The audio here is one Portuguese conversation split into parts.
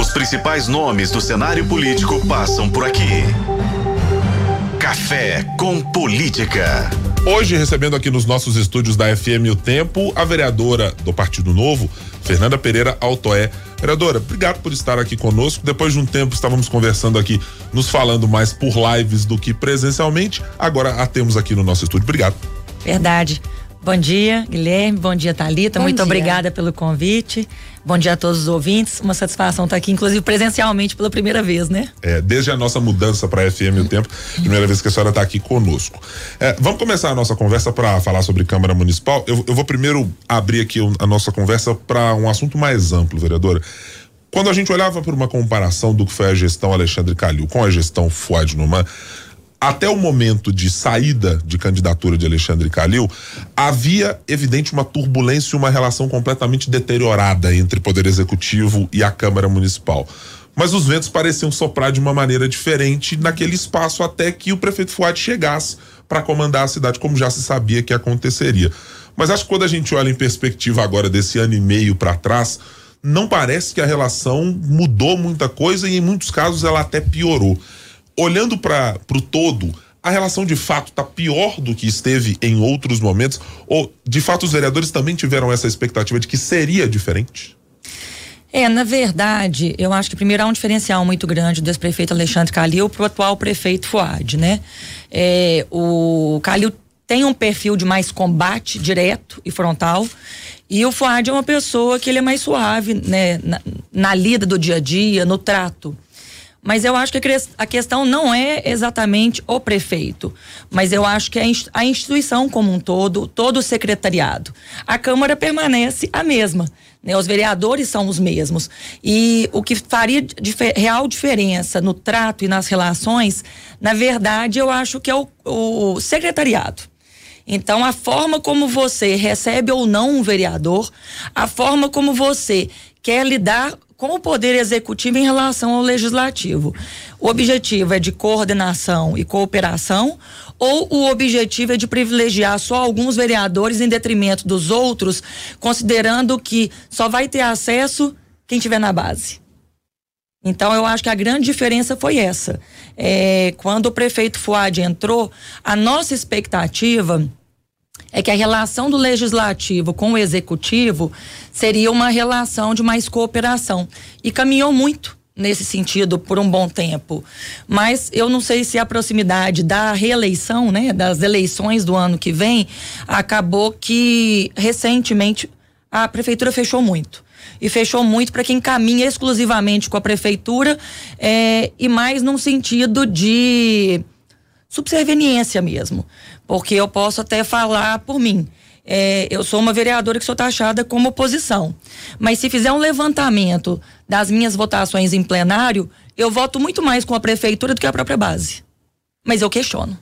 Os principais nomes do cenário político passam por aqui. Café com Política. Hoje, recebendo aqui nos nossos estúdios da FM O Tempo, a vereadora do Partido Novo, Fernanda Pereira Altoé. Vereadora, obrigado por estar aqui conosco. Depois de um tempo estávamos conversando aqui, nos falando mais por lives do que presencialmente. Agora a temos aqui no nosso estúdio. Obrigado. Verdade. Bom dia, Guilherme. Bom dia, Thalita. Muito obrigada pelo convite. Bom dia a todos os ouvintes. Uma satisfação estar aqui, inclusive presencialmente pela primeira vez, né? Desde a nossa mudança para a FM O Tempo, primeira vez que a senhora está aqui conosco. Vamos começar a nossa conversa para falar sobre Câmara Municipal. Eu vou primeiro abrir aqui a nossa conversa para um assunto mais amplo, vereadora. Quando a gente olhava por uma comparação do que foi a gestão Alexandre Calil com a gestão Fouad Numan, até o momento de saída de candidatura de Alexandre Calil, havia evidente uma turbulência e uma relação completamente deteriorada entre o Poder Executivo e a Câmara Municipal. Mas os ventos pareciam soprar de uma maneira diferente naquele espaço até que o prefeito Fouad chegasse para comandar a cidade, como já se sabia que aconteceria. Mas acho que quando a gente olha em perspectiva agora desse ano e meio para trás, não parece que a relação mudou muita coisa e em muitos casos ela até piorou. Olhando para o todo, a relação de fato está pior do que esteve em outros momentos? Ou, de fato, os vereadores também tiveram essa expectativa de que seria diferente? Na verdade, eu acho que primeiro há um diferencial muito grande do ex-prefeito Alexandre Calil para o atual prefeito Fouad, né? O Calil tem um perfil de mais combate direto e frontal, e o Fouad é uma pessoa que ele é mais suave, né? Na lida do dia a dia, no trato. Mas eu acho que a questão não é exatamente o prefeito, mas eu acho que a instituição como um todo o secretariado. A Câmara permanece a mesma, né? Os vereadores são os mesmos. E o que faria real diferença no trato e nas relações, na verdade, eu acho que é o secretariado. Então, a forma como você recebe ou não um vereador, a forma como você quer lidar com o Poder Executivo em relação ao Legislativo. O objetivo é de coordenação e cooperação, ou o objetivo é de privilegiar só alguns vereadores em detrimento dos outros, considerando que só vai ter acesso quem estiver na base? Então, eu acho que a grande diferença foi essa. Quando o prefeito Fouad entrou, a nossa expectativa é que a relação do Legislativo com o Executivo seria uma relação de mais cooperação. E caminhou muito nesse sentido por um bom tempo. Mas eu não sei se a proximidade da reeleição, né, das eleições do ano que vem, acabou que recentemente a Prefeitura fechou muito. E fechou muito para quem caminha exclusivamente com a Prefeitura, e mais num sentido de subserviência mesmo. Porque eu posso até falar por mim. Eu sou uma vereadora que sou taxada como oposição. Mas se fizer um levantamento das minhas votações em plenário, eu voto muito mais com a Prefeitura do que a própria base. Mas eu questiono.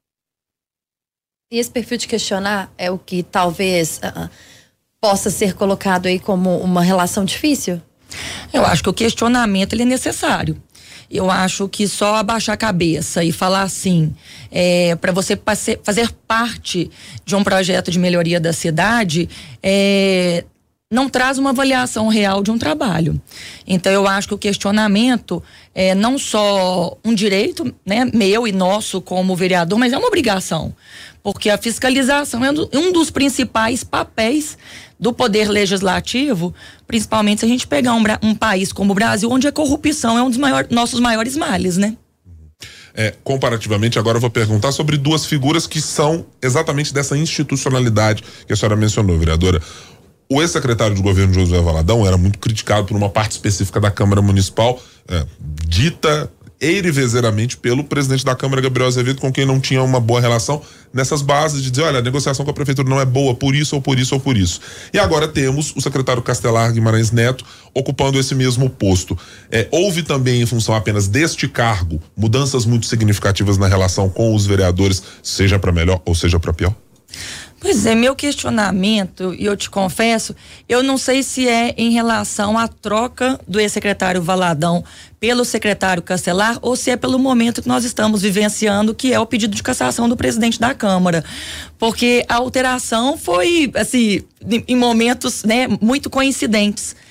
E esse perfil de questionar é o que talvez possa ser colocado aí como uma relação difícil? Eu acho que o questionamento ele é necessário. Eu acho que só abaixar a cabeça e falar assim, para você fazer parte de um projeto de melhoria da cidade, não traz uma avaliação real de um trabalho. Então eu acho que o questionamento é não só um direito, né, meu e nosso como vereador, mas é uma obrigação, porque a fiscalização é um dos principais papéis do Poder Legislativo, principalmente se a gente pegar um país como o Brasil, onde a corrupção é um dos nossos maiores males, né? Comparativamente, agora eu vou perguntar sobre duas figuras que são exatamente dessa institucionalidade que a senhora mencionou, vereadora. O ex-secretário de governo Josué Valadão era muito criticado por uma parte específica da Câmara Municipal, dita eirivezeiramente pelo presidente da Câmara, Gabriel Azevedo, com quem não tinha uma boa relação nessas bases de dizer, olha, a negociação com a prefeitura não é boa por isso ou por isso ou por isso. E agora temos o secretário Castelar Guimarães Neto ocupando esse mesmo posto. Houve também, em função apenas deste cargo, mudanças muito significativas na relação com os vereadores, seja para melhor ou seja para pior? Pois é, meu questionamento, e eu te confesso, eu não sei se é em relação à troca do ex-secretário Valadão pelo secretário Castelar ou se é pelo momento que nós estamos vivenciando, que é o pedido de cassação do presidente da Câmara. Porque a alteração foi, assim, em momentos, né, muito coincidentes.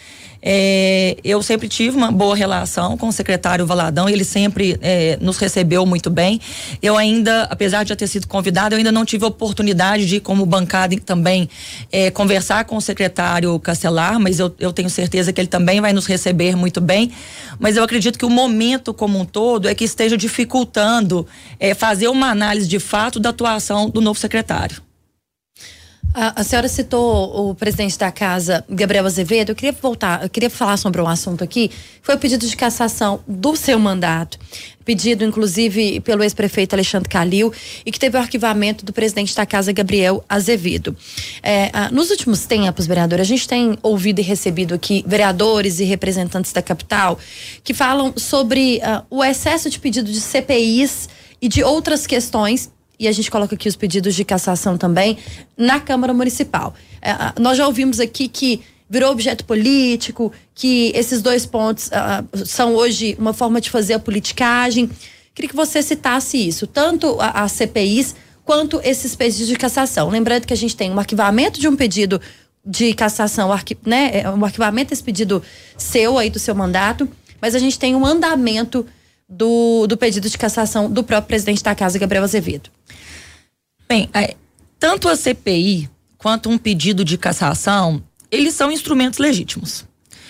Eu sempre tive uma boa relação com o secretário Valadão, ele sempre nos recebeu muito bem. Eu ainda, apesar de já ter sido convidado, eu ainda não tive a oportunidade de, como bancada também, conversar com o secretário Castelar, mas eu tenho certeza que ele também vai nos receber muito bem. Mas eu acredito que o momento como um todo é que esteja dificultando fazer uma análise de fato da atuação do novo secretário. A senhora citou o presidente da casa, Gabriel Azevedo. Eu queria falar sobre um assunto aqui. Foi o pedido de cassação do seu mandato, pedido inclusive pelo ex-prefeito Alexandre Calil, e que teve o arquivamento do presidente da casa, Gabriel Azevedo. Nos últimos tempos, vereadora, a gente tem ouvido e recebido aqui vereadores e representantes da capital que falam sobre o excesso de pedido de CPIs e de outras questões, e a gente coloca aqui os pedidos de cassação também, na Câmara Municipal. Nós já ouvimos aqui que virou objeto político, que esses dois pontos são hoje uma forma de fazer a politicagem. Queria que você citasse isso, tanto as CPIs quanto esses pedidos de cassação. Lembrando que a gente tem um arquivamento de um pedido de cassação, um arquivamento desse pedido seu aí do seu mandato, mas a gente tem um andamento do pedido de cassação do próprio presidente da casa, Gabriel Azevedo. Bem, tanto a CPI quanto um pedido de cassação, eles são instrumentos legítimos.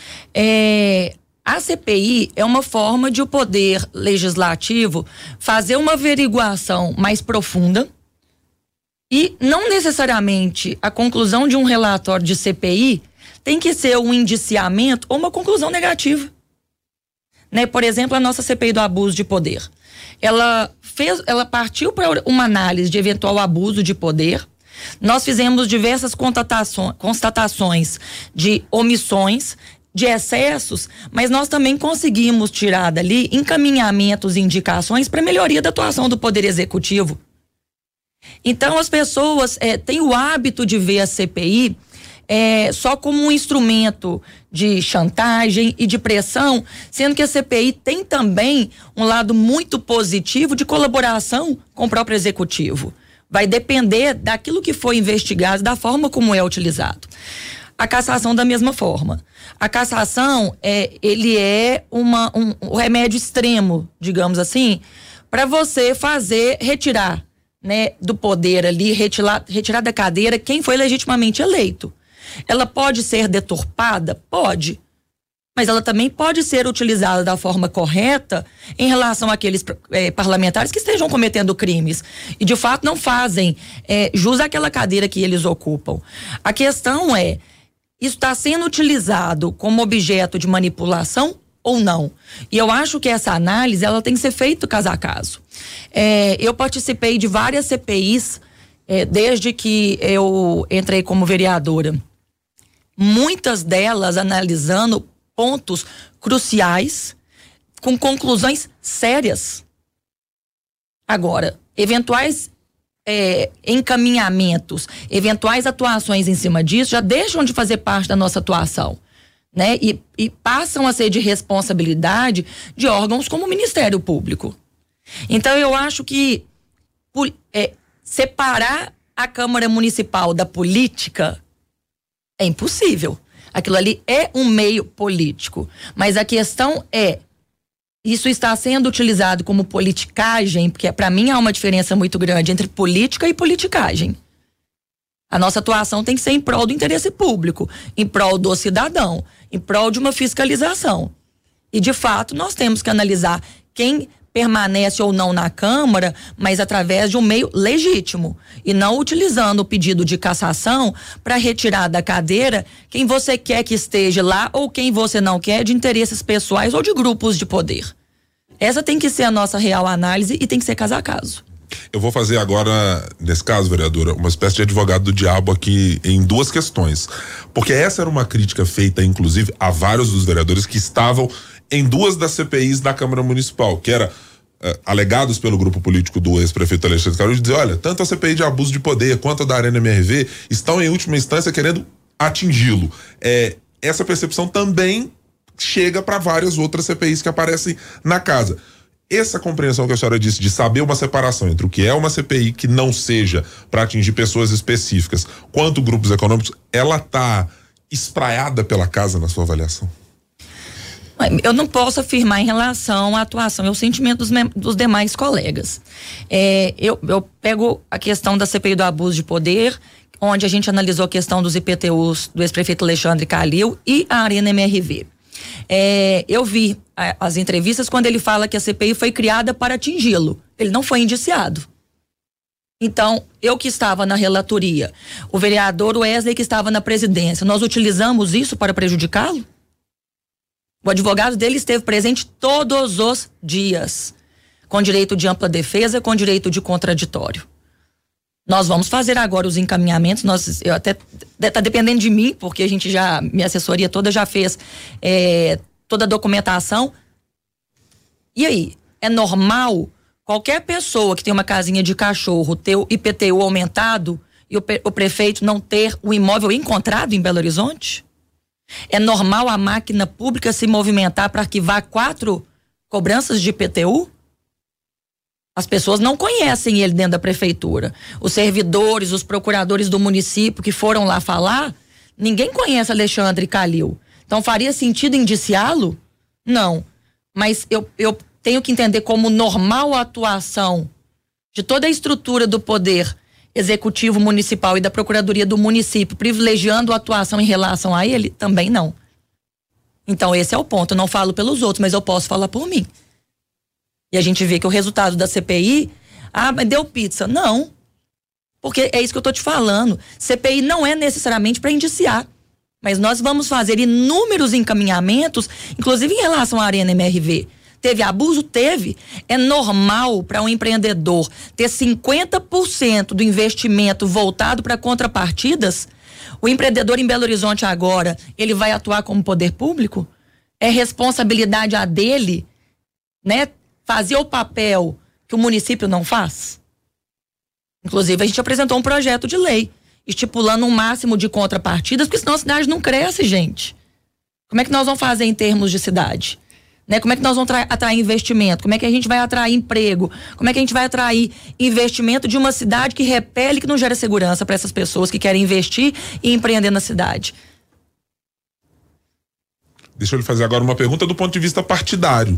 A CPI é uma forma de o poder legislativo fazer uma averiguação mais profunda, e não necessariamente a conclusão de um relatório de CPI tem que ser um indiciamento ou uma conclusão negativa. Por exemplo, a nossa CPI do abuso de poder. Ela partiu para uma análise de eventual abuso de poder. Nós fizemos diversas constatações de omissões, de excessos, mas nós também conseguimos tirar dali encaminhamentos e indicações para melhoria da atuação do Poder Executivo. Então, as pessoas têm o hábito de ver a CPI só como um instrumento de chantagem e de pressão, sendo que a CPI tem também um lado muito positivo de colaboração com o próprio executivo. Vai depender daquilo que foi investigado, da forma como é utilizado. A cassação da mesma forma. A cassação ele é um remédio extremo, digamos assim, para você retirar, do poder ali, retirar da cadeira quem foi legitimamente eleito. Ela pode ser deturpada? Pode. Mas ela também pode ser utilizada da forma correta em relação àqueles parlamentares que estejam cometendo crimes e de fato não fazem jus àquela cadeira que eles ocupam. A questão isso está sendo utilizado como objeto de manipulação ou não? E eu acho que essa análise ela tem que ser feita caso a caso. Eu participei de várias CPIs desde que eu entrei como vereadora. Muitas delas analisando pontos cruciais, com conclusões sérias. Agora, eventuais encaminhamentos, eventuais atuações em cima disso já deixam de fazer parte da nossa atuação, e passam a ser de responsabilidade de órgãos como o Ministério Público. Então, eu acho que separar a Câmara Municipal da política é impossível. Aquilo ali é um meio político. Mas a questão isso está sendo utilizado como politicagem, porque para mim há uma diferença muito grande entre política e politicagem. A nossa atuação tem que ser em prol do interesse público, em prol do cidadão, em prol de uma fiscalização. E, de fato, nós temos que analisar quem permanece ou não na Câmara, mas através de um meio legítimo e não utilizando o pedido de cassação para retirar da cadeira quem você quer que esteja lá ou quem você não quer, de interesses pessoais ou de grupos de poder. Essa tem que ser a nossa real análise e tem que ser caso a caso. Eu vou fazer agora, nesse caso, vereadora, uma espécie de advogado do diabo aqui em duas questões, porque essa era uma crítica feita, inclusive, a vários dos vereadores que estavam em duas das CPIs da Câmara Municipal, que era alegados pelo grupo político do ex-prefeito Alexandre Calil, de dizer, olha, tanto a CPI de abuso de poder quanto a da Arena MRV estão em última instância querendo atingi-lo. Essa percepção também chega para várias outras CPIs que aparecem na casa. Essa compreensão que a senhora disse de saber uma separação entre o que é uma CPI que não seja para atingir pessoas específicas, quanto grupos econômicos, ela está espraiada pela casa na sua avaliação? Eu não posso afirmar em relação à atuação e ao sentimento dos demais colegas. Eu pego a questão da CPI do abuso de poder, onde a gente analisou a questão dos IPTUs do ex-prefeito Alexandre Calil e a Arena MRV. Eu vi as entrevistas quando ele fala que a CPI foi criada para atingi-lo. Ele não foi indiciado. Então, eu que estava na relatoria, o vereador Wesley que estava na presidência, nós utilizamos isso para prejudicá-lo? O advogado dele esteve presente todos os dias, com direito de ampla defesa, com direito de contraditório. Nós vamos fazer agora os encaminhamentos, tá dependendo de mim, porque a gente minha assessoria toda já fez toda a documentação. E aí, é normal qualquer pessoa que tem uma casinha de cachorro ter o IPTU aumentado e o prefeito não ter o imóvel encontrado em Belo Horizonte? É normal a máquina pública se movimentar para arquivar 4 cobranças de IPTU? As pessoas não conhecem ele dentro da prefeitura. Os servidores, os procuradores do município que foram lá falar, ninguém conhece Alexandre Calil. Então faria sentido indiciá-lo? Não. Mas eu tenho que entender como normal a atuação de toda a estrutura do poder executivo municipal e da procuradoria do município, privilegiando a atuação em relação a ele? Também não. Então esse é o ponto. Eu não falo pelos outros, mas eu posso falar por mim. E a gente vê que o resultado da CPI, mas deu pizza. Não. Porque é isso que eu tô te falando. CPI não é necessariamente para indiciar. Mas nós vamos fazer inúmeros encaminhamentos, inclusive em relação à Arena MRV. Teve abuso? Teve. É normal para um empreendedor ter 50% do investimento voltado para contrapartidas? O empreendedor em Belo Horizonte agora, ele vai atuar como poder público? É responsabilidade a dele, né? Fazer o papel que o município não faz? Inclusive, a gente apresentou um projeto de lei estipulando um máximo de contrapartidas, porque senão a cidade não cresce, gente. Como é que nós vamos fazer em termos de cidade? Né? Como é que nós vamos atrair investimento? Como é que a gente vai atrair emprego? Como é que a gente vai atrair investimento de uma cidade que repele, que não gera segurança para essas pessoas que querem investir e empreender na cidade? Deixa eu lhe fazer agora uma pergunta do ponto de vista partidário.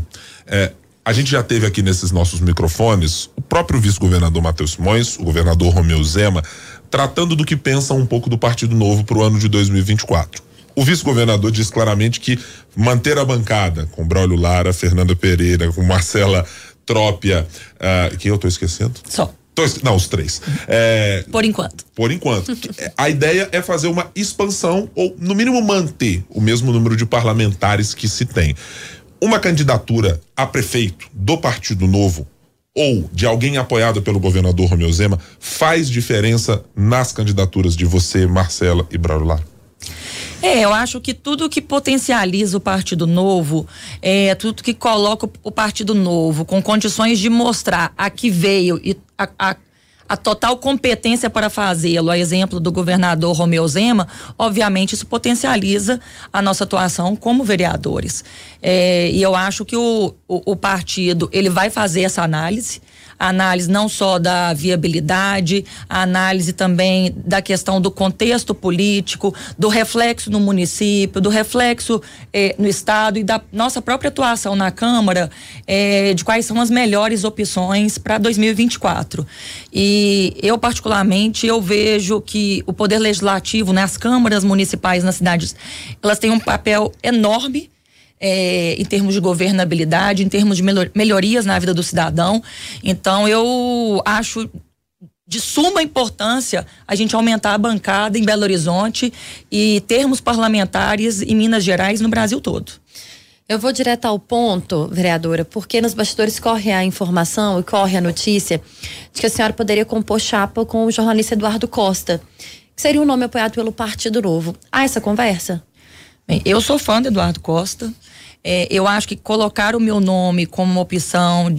A gente já teve aqui nesses nossos microfones o próprio vice-governador Matheus Simões, o governador Romeu Zema, tratando do que pensam um pouco do Partido Novo para o ano de 2024. O vice-governador diz claramente que manter a bancada com Braulio Lara, Fernanda Pereira, com Marcela Trópia, quem eu estou esquecendo? Só. Não, os 3. Por enquanto. Por enquanto. A ideia é fazer uma expansão ou, no mínimo, manter o mesmo número de parlamentares que se tem. Uma candidatura a prefeito do Partido Novo ou de alguém apoiado pelo governador Romeu Zema faz diferença nas candidaturas de você, Marcela e Braulio Lara? Eu acho que tudo que potencializa o Partido Novo, tudo que coloca o Partido Novo com condições de mostrar a que veio e a total competência para fazê-lo, a exemplo do governador Romeu Zema, obviamente isso potencializa a nossa atuação como vereadores. E eu acho que o partido, ele vai fazer essa análise, a análise não só da viabilidade, a análise também da questão do contexto político, do reflexo no município, do reflexo no estado e da nossa própria atuação na Câmara, de quais são as melhores opções para 2024. E eu particularmente, eu vejo que o Poder Legislativo, né, as câmaras municipais nas cidades, elas têm um papel enorme em termos de governabilidade, em termos de melhorias na vida do cidadão. Então eu acho de suma importância a gente aumentar a bancada em Belo Horizonte e termos parlamentares em Minas Gerais, no Brasil todo. Eu vou direto ao ponto, vereadora, porque nos bastidores corre a informação e corre a notícia de que a senhora poderia compor chapa com o jornalista Eduardo Costa, que seria um nome apoiado pelo Partido Novo. Há essa conversa? Bem, eu sou fã do Eduardo Costa. Eu acho que colocar o meu nome como uma opção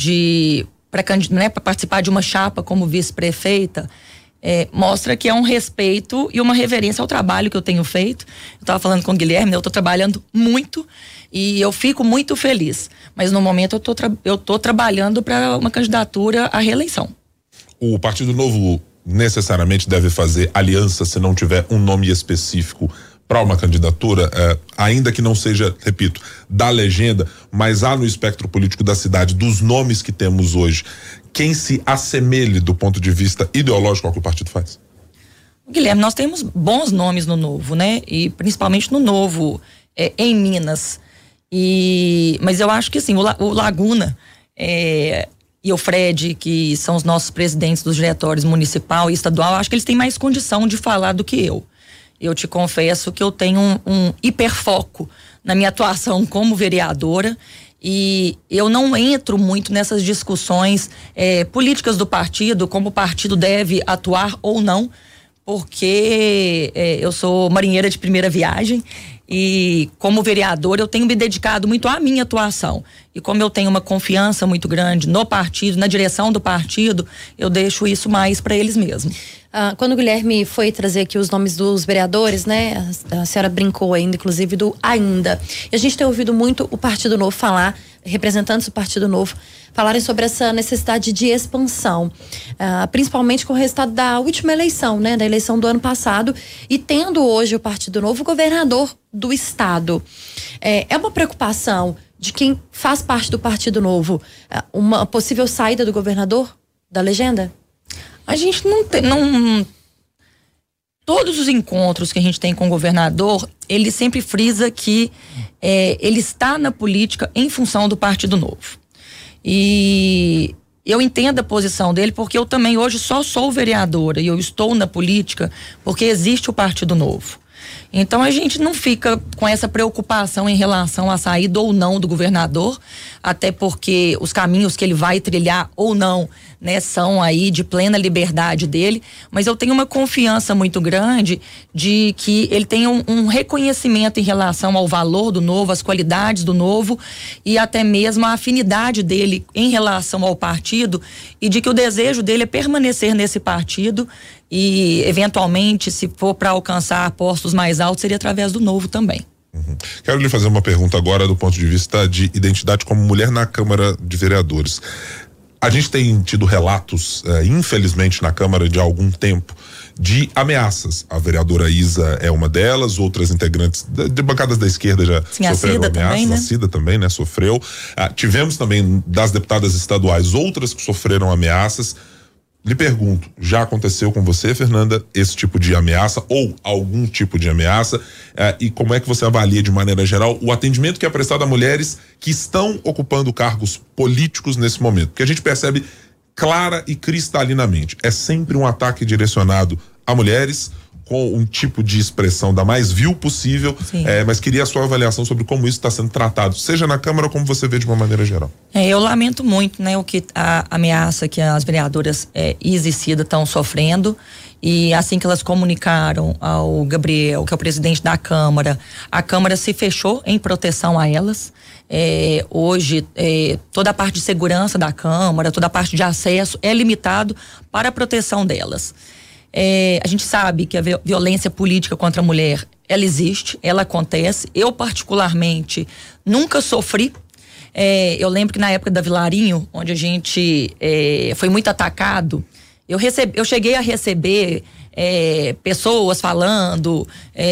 para participar de uma chapa como vice-prefeita mostra que é um respeito e uma reverência ao trabalho que eu tenho feito. Eu estava falando com o Guilherme, eu estou trabalhando muito e eu fico muito feliz. Mas no momento eu estou trabalhando para uma candidatura à reeleição. O Partido Novo necessariamente deve fazer aliança se não tiver um nome específico para uma candidatura, ainda que não seja, repito, da legenda, mas há no espectro político da cidade, dos nomes que temos hoje, quem se assemelhe do ponto de vista ideológico ao que o partido faz? Guilherme, nós temos bons nomes no Novo, né? E principalmente no Novo, em Minas. Mas eu acho que assim, o Laguna e o Fred, que são os nossos presidentes dos diretórios municipal e estadual, acho que eles têm mais condição de falar do que eu. Eu te confesso que eu tenho um hiperfoco na minha atuação como vereadora e eu não entro muito nessas discussões políticas do partido, como o partido deve atuar ou não, porque eu sou marinheira de primeira viagem e como vereadora eu tenho me dedicado muito à minha atuação e como eu tenho uma confiança muito grande no partido, na direção do partido, eu deixo isso mais para eles mesmos. Quando o Guilherme foi trazer aqui os nomes dos vereadores, né? A senhora brincou ainda, inclusive, do ainda. E a gente tem ouvido muito o Partido Novo falar, representantes do Partido Novo, falarem sobre essa necessidade de expansão, principalmente com o resultado da última eleição, né? Da eleição do ano passado, e tendo hoje o Partido Novo governador do estado. É uma preocupação de quem faz parte do Partido Novo, uma possível saída do governador da legenda? A gente todos os encontros que a gente tem com o governador, ele sempre frisa que ele está na política em função do Partido Novo. E eu entendo a posição dele, porque eu também hoje só sou vereadora e eu estou na política porque existe o Partido Novo. Então a gente não fica com essa preocupação em relação à saída ou não do governador, até porque os caminhos que ele vai trilhar ou não, né, são aí de plena liberdade dele, mas eu tenho uma confiança muito grande de que ele tenha um reconhecimento em relação ao valor do Novo, as qualidades do Novo e até mesmo a afinidade dele em relação ao partido e de que o desejo dele é permanecer nesse partido e eventualmente, se for para alcançar postos mais altos, seria através do Novo também. Quero lhe fazer uma pergunta agora do ponto de vista de identidade como mulher na Câmara de Vereadores. A gente tem tido relatos, infelizmente, na Câmara de algum tempo, de ameaças. A vereadora Isa é uma delas, outras integrantes de bancadas da esquerda já sofreram ameaças. Também, né? A Cida também, né? Sofreu. Tivemos também das deputadas estaduais outras que sofreram ameaças. Lhe pergunto, já aconteceu com você, Fernanda, esse tipo de ameaça ou algum tipo de ameaça? E como é que você avalia de maneira geral o atendimento que é prestado a mulheres que estão ocupando cargos políticos nesse momento? Porque a gente percebe clara e cristalinamente, é sempre um ataque direcionado a mulheres com um tipo de expressão da mais vil possível, mas queria a sua avaliação sobre como isso está sendo tratado, seja na Câmara ou como você vê de uma maneira geral. Eu lamento muito, né, a ameaça que as vereadoras Isa e Cida estão sofrendo, e assim que elas comunicaram ao Gabriel, que é o presidente da Câmara, a Câmara se fechou em proteção a elas. Hoje, toda a parte de segurança da Câmara, toda a parte de acesso é limitado para a proteção delas. A gente sabe que a violência política contra a mulher, ela existe, ela acontece. Eu, particularmente, nunca sofri. Eu lembro que na época da Vilarinho, onde a gente foi muito atacado, eu cheguei a receber pessoas falando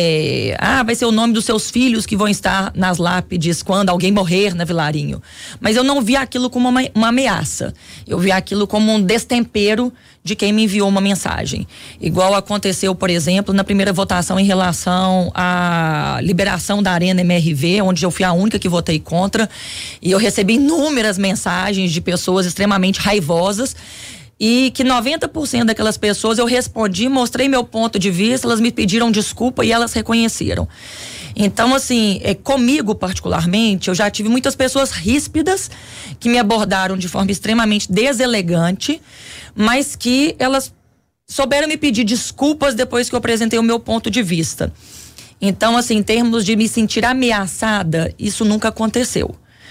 vai ser o nome dos seus filhos que vão estar nas lápides quando alguém morrer na Vilarinho. Mas eu não vi aquilo como uma ameaça. Eu vi aquilo como um destempero de quem me enviou uma mensagem. Igual aconteceu, por exemplo, na primeira votação em relação à liberação da Arena MRV, onde eu fui a única que votei contra, e eu recebi inúmeras mensagens de pessoas extremamente raivosas, e que 90% daquelas pessoas eu respondi, mostrei meu ponto de vista, elas me pediram desculpa e elas reconheceram. Então, assim, comigo particularmente, eu já tive muitas pessoas ríspidas que me abordaram de forma extremamente deselegante, mas que elas souberam me pedir desculpas depois que eu apresentei o meu ponto de vista. Então, assim, em termos de me sentir ameaçada, isso nunca aconteceu.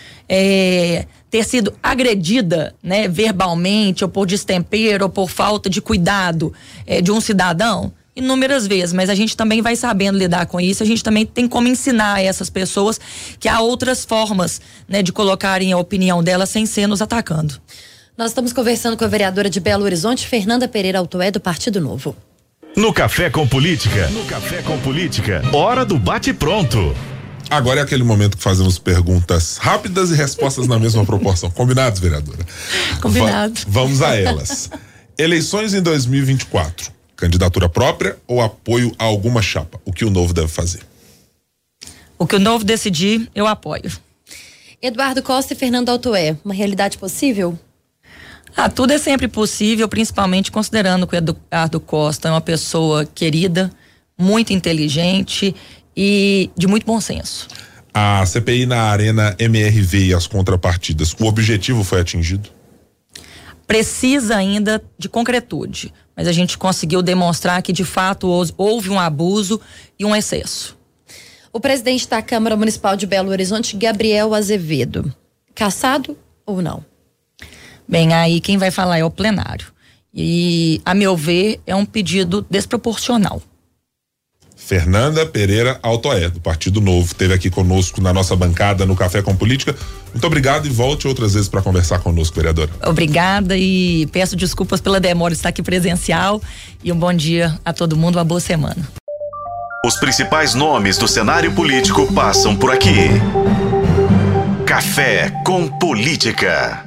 Ter sido agredida, né, verbalmente, ou por destempero, ou por falta de cuidado de um cidadão, inúmeras vezes, mas a gente também vai sabendo lidar com isso, a gente também tem como ensinar a essas pessoas que há outras formas, né, de colocarem a opinião delas sem ser nos atacando. Nós estamos conversando com a vereadora de Belo Horizonte, Fernanda Pereira Altoé, do Partido Novo. No Café com Política. Hora do bate-pronto. Agora é aquele momento que fazemos perguntas rápidas e respostas na mesma proporção. Combinados, vereadora? Combinado. Vamos a elas. Eleições em 2024. Candidatura própria ou apoio a alguma chapa? O que o Novo deve fazer? O que o Novo decidir, eu apoio. Eduardo Costa e Fernando Altoé, uma realidade possível? Tudo é sempre possível, principalmente considerando que o Eduardo Costa é uma pessoa querida, muito inteligente e de muito bom senso. A CPI na Arena MRV e as contrapartidas, o objetivo foi atingido? Precisa ainda de concretude, mas a gente conseguiu demonstrar que de fato houve um abuso e um excesso. O presidente da Câmara Municipal de Belo Horizonte, Gabriel Azevedo, cassado ou não? Bem, aí quem vai falar é o plenário. E, a meu ver, é um pedido desproporcional. Fernanda Pereira Altoé, do Partido Novo, esteve aqui conosco na nossa bancada no Café com Política. Muito obrigado e volte outras vezes para conversar conosco, vereadora. Obrigada e peço desculpas pela demora de estar aqui presencial e um bom dia a todo mundo, uma boa semana. Os principais nomes do cenário político passam por aqui. Café com Política.